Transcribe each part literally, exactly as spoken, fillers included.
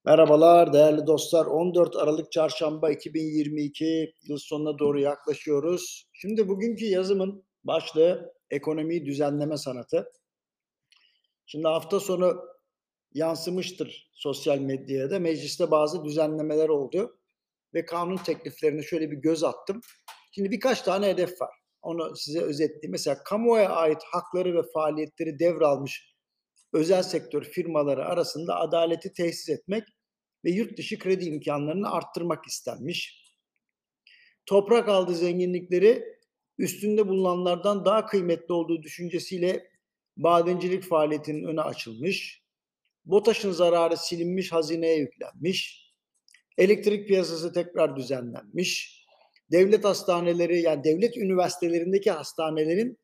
Merhabalar değerli dostlar. on dört Aralık Çarşamba iki bin yirmi iki yıl sonuna doğru yaklaşıyoruz. Şimdi bugünkü yazımın başlığı ekonomiyi düzenleme sanatı. Şimdi hafta sonu yansımıştır sosyal medyaya da mecliste bazı düzenlemeler oldu ve kanun tekliflerine şöyle bir göz attım. Şimdi birkaç tane hedef var. Onu size özetleyeyim. Mesela kamuoya ait hakları ve faaliyetleri devralmış özel sektör firmaları arasında adaleti tesis etmek ve yurt dışı kredi imkanlarını arttırmak istenmiş. Toprak aldığı zenginlikleri üstünde bulunanlardan daha kıymetli olduğu düşüncesiyle madencilik faaliyetinin önü açılmış. BOTAŞ'ın zararı silinmiş, hazineye yüklenmiş. Elektrik piyasası tekrar düzenlenmiş. Devlet hastaneleri, yani devlet üniversitelerindeki hastanelerin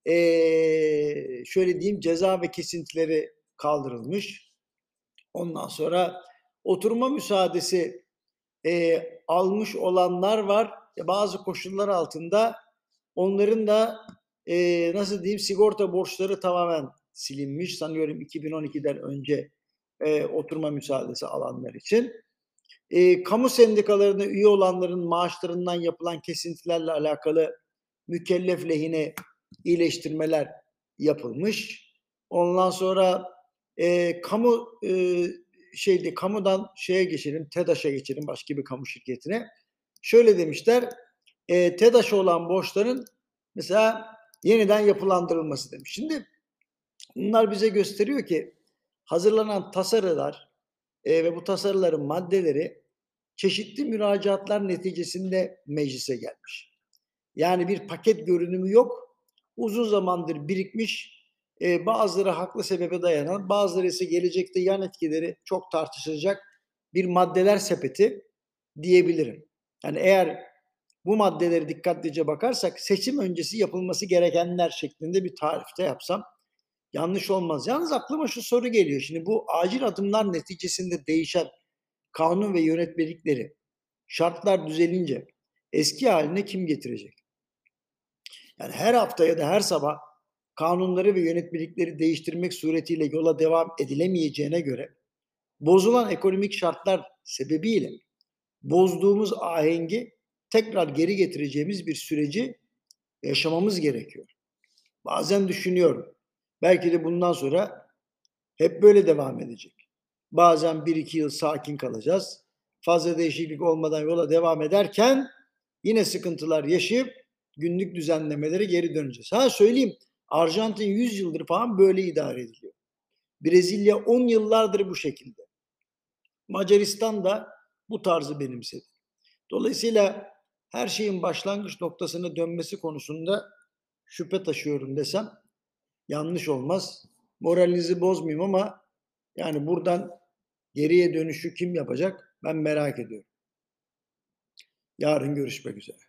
ee, şöyle diyeyim ceza ve kesintileri kaldırılmış. Ondan sonra oturma müsaadesi e, almış olanlar var. E, bazı koşullar altında onların da e, nasıl diyeyim sigorta borçları tamamen silinmiş. Sanıyorum iki bin on ikiden önce e, oturma müsaadesi alanlar için. E, kamu sendikalarına üye olanların maaşlarından yapılan kesintilerle alakalı mükellef lehine iyileştirmeler yapılmış. Ondan sonra e, kamu e, şeydi kamudan şeye geçelim, TEDAŞ'a geçelim başka bir kamu şirketine. Şöyle demişler, e, TEDAŞ'a olan borçların mesela yeniden yapılandırılması demiş. Şimdi bunlar bize gösteriyor ki hazırlanan tasarılar e, ve bu tasarıların maddeleri çeşitli müracaatlar neticesinde meclise gelmiş. Yani bir paket görünümü yok. Uzun zamandır birikmiş, e, bazıları haklı sebebe dayanan, bazıları ise gelecekte yan etkileri çok tartışılacak bir maddeler sepeti diyebilirim. Yani eğer bu maddeleri dikkatlice bakarsak seçim öncesi yapılması gerekenler şeklinde bir tarifte yapsam yanlış olmaz. Yalnız aklıma şu soru geliyor. Şimdi bu acil adımlar neticesinde değişen kanun ve yönetmelikleri, şartlar düzelince eski haline kim getirecek? Yani her hafta ya da her sabah kanunları ve yönetmelikleri değiştirmek suretiyle yola devam edilemeyeceğine göre bozulan ekonomik şartlar sebebiyle bozduğumuz ahengi tekrar geri getireceğimiz bir süreci yaşamamız gerekiyor. Bazen düşünüyorum. Belki de bundan sonra hep böyle devam edecek. Bazen bir iki yıl sakin kalacağız. Fazla değişiklik olmadan yola devam ederken yine sıkıntılar yaşayıp günlük düzenlemelere geri döneceğiz. Ha söyleyeyim, Arjantin yüz yıldır falan böyle idare ediliyor. Brezilya on yıllardır bu şekilde. Macaristan da bu tarzı benimsedi. Dolayısıyla her şeyin başlangıç noktasına dönmesi konusunda şüphe taşıyorum desem yanlış olmaz. Moralinizi bozmayayım ama yani buradan geriye dönüşü kim yapacak? Ben merak ediyorum. Yarın görüşmek üzere.